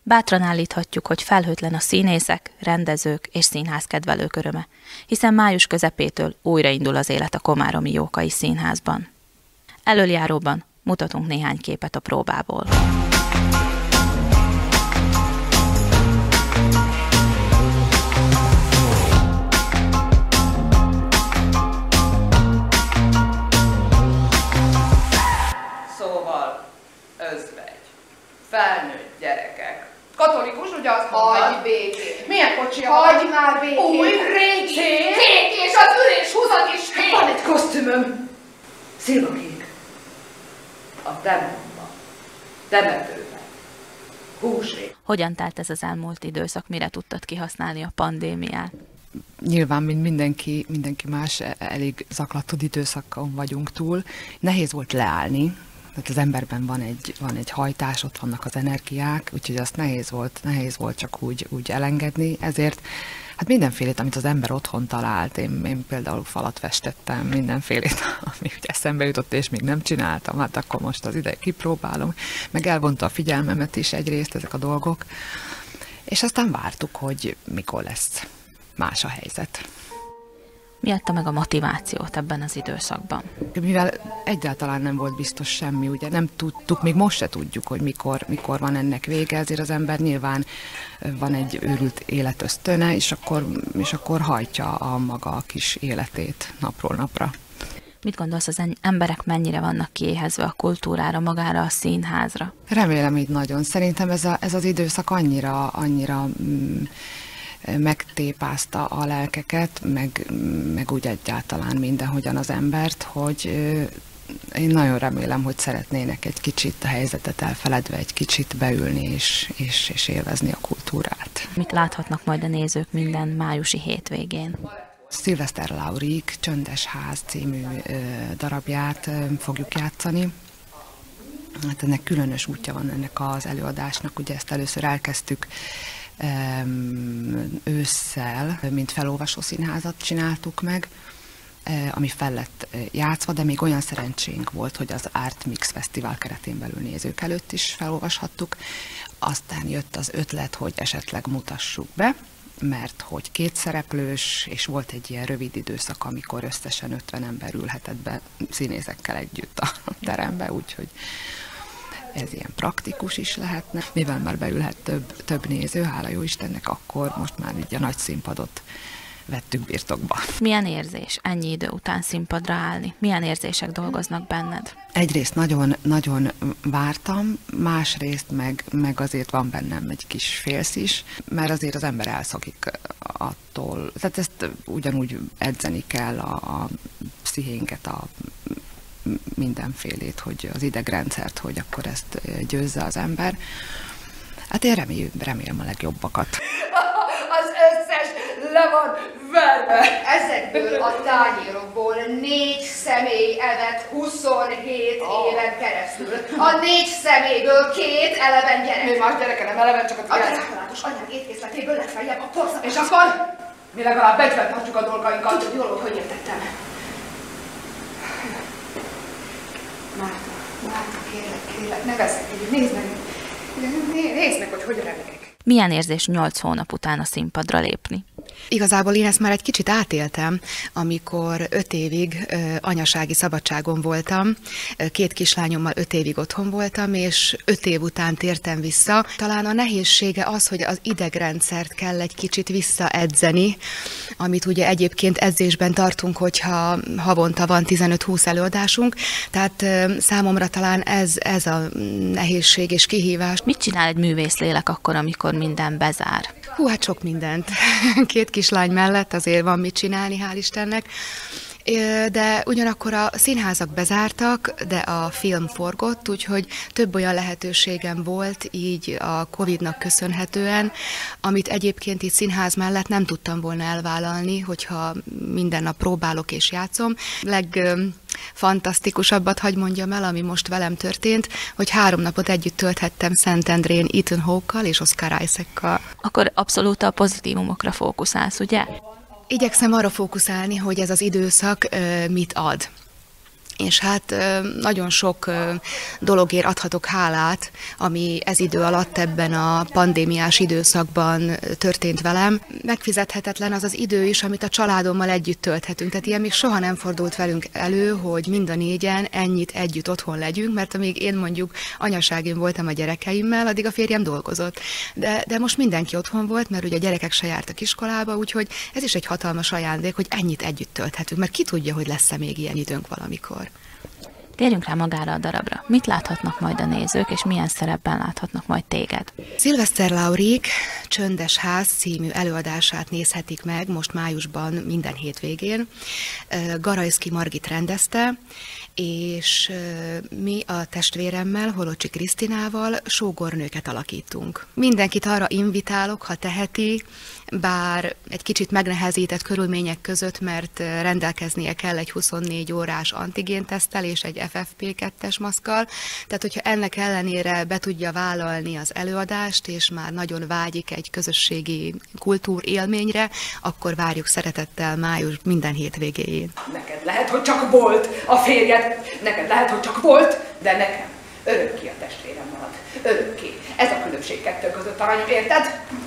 Bátran állíthatjuk, hogy felhőtlen a színészek, rendezők és színházkedvelők öröme, hiszen május közepétől újraindul az élet a komáromi Jókai Színházban. Elöljáróban mutatunk néhány képet a próbából. Szóval, özvegy, felnőtt gyerekek. Katolikus, ugye azt Hagyj mondtad? békén. Milyen kocsi van? Hagyj már békén. Új, régi. Kék és az üléshúzat is kék. Van egy kosztümöm. Szilvakék. A templomban. Temetőben. Húsvét. Hogyan telt ez az elmúlt időszak, mire tudtad kihasználni a pandémiát? Nyilván, mint mindenki más, elég zaklatott időszakon vagyunk túl. Nehéz volt leállni, tehát az emberben van egy hajtás, ott vannak az energiák, úgyhogy azt nehéz volt csak úgy elengedni, ezért hát mindenfélét, amit az ember otthon talált, én például falat festettem, mindenfélét, ami ugye eszembe jutott, és még nem csináltam, hát akkor most az ideje kipróbálom, meg elvonta a figyelmemet is egyrészt ezek a dolgok, és aztán vártuk, hogy mikor lesz más a helyzet. Mi adta meg a motivációt ebben az időszakban? Mivel egyáltalán nem volt biztos semmi, ugye nem tudtuk, még most se tudjuk, hogy mikor van ennek vége, ezért az ember nyilván van egy őrült életösztöne, és akkor hajtja a maga kis életét napról napra. Mit gondolsz, az emberek mennyire vannak kiéhezve a kultúrára, magára, a színházra? Remélem így nagyon. Szerintem ez az időszak annyira megtépázta a lelkeket, meg úgy egyáltalán mindenhogyan az embert, hogy én nagyon remélem, hogy szeretnének egy kicsit a helyzetet elfeledve, egy kicsit beülni és élvezni a kultúrát. Mit láthatnak majd a nézők minden májusi hétvégén? Szilveszter Laurik Csöndes ház című darabját fogjuk játszani. Hát ennek különös útja van ennek az előadásnak, ugye ezt először elkezdtük ősszel, mint felolvasó színházat csináltuk meg, ami fel lett játszva, de még olyan szerencsénk volt, hogy az Art Mix Fesztivál keretén belül nézők előtt is felolvashattuk. Aztán jött az ötlet, hogy esetleg mutassuk be, mert hogy kétszereplős, és volt egy ilyen rövid időszak, amikor összesen 50 ember ülhetett be színészekkel együtt a terembe, úgyhogy ez ilyen praktikus is lehetne. Mivel már beülhet több néző, hála jó Istennek, akkor most már így a nagy színpadot vettük birtokba. Milyen érzés ennyi idő után színpadra állni? Milyen érzések dolgoznak benned? Egyrészt nagyon vártam, másrészt meg azért van bennem egy kis félsz is, mert azért az ember elszokik attól. Tehát ezt ugyanúgy edzeni kell a pszichénket, a mindenfélét, hogy az idegrendszert, hogy akkor ezt győzze az ember. Hát én remélem a legjobbakat. Az összes le van verve. Ezekből a tányérokból 4 személy evett 27 éven keresztül. A 4 személyből 2 eleven gyerek. Mi más gyereke nem eleven, csak a A tiéd. gyakorlatos anyák étkészletéből legfeljebb a porszak. És akkor mi legalább becsvethatjuk a dolgainkat. Tudod jól, hogy értettem. Márta, kérlek, ne veszekedj, nézd meg, hogy remegek. Milyen érzés 8 hónap után a színpadra lépni? Igazából én ezt már egy kicsit átéltem, amikor 5 évig anyasági szabadságon voltam, 2 kislányommal 5 évig otthon voltam, és 5 év után tértem vissza. Talán a nehézsége az, hogy az idegrendszert kell egy kicsit visszaedzeni, amit ugye egyébként edzésben tartunk, hogyha havonta van 15-20 előadásunk, tehát számomra talán ez a nehézség és kihívás. Mit csinál egy művészlélek akkor, amikor minden bezár? Hú, hát sok mindent. 2 kislány mellett azért van mit csinálni, hál' Istennek. De ugyanakkor a színházak bezártak, de a film forgott, úgyhogy több olyan lehetőségem volt így a Covid-nak köszönhetően, amit egyébként itt színház mellett nem tudtam volna elvállalni, hogyha minden nap próbálok és játszom. Legfantasztikusabbat hagy mondjam el, ami most velem történt, hogy 3 napot együtt tölthettem Szentendrén Ethan Hawke-kal és Oscar Isaac-kal. Akkor abszolút a pozitívumokra fókuszálsz, ugye? Igyekszem arra fókuszálni, hogy ez az időszak mit ad. és hát nagyon sok dologért adhatok hálát, ami ez idő alatt ebben a pandémiás időszakban történt velem. Megfizethetetlen az az idő is, amit a családommal együtt tölthetünk. Tehát ilyen még soha nem fordult velünk elő, hogy mind a négyen ennyit együtt otthon legyünk, mert amíg én mondjuk anyaságén voltam a gyerekeimmel, addig a férjem dolgozott. De most mindenki otthon volt, mert ugye a gyerekek se jártak iskolába, úgyhogy ez is egy hatalmas ajándék, hogy ennyit együtt tölthetünk, mert ki tudja, hogy lesz-e még ilyen időnk valamikor. Térjünk rá magára a darabra. Mit láthatnak majd a nézők, és milyen szerepben láthatnak majd téged? Szilveszter Laurik Csöndes ház című előadását nézhetik meg most májusban minden hétvégén. Garajszki Margit rendezte, és mi a testvéremmel, Holocsi Krisztinával sógornőket alakítunk. Mindenkit arra invitálok, ha teheti, bár egy kicsit megnehezített körülmények között, mert rendelkeznie kell egy 24 órás antigénteszttel és egy FFP2-es maszkkal. Tehát, hogyha ennek ellenére be tudja vállalni az előadást, és már nagyon vágyik egy közösségi kultúrélményre, akkor várjuk szeretettel május minden hétvégéjén. Neked lehet, hogy csak volt a férjed, neked lehet, hogy csak volt, de nekem örökké a testvérem marad. Örökké. Ez a különbség kettő között, aranyom, érted?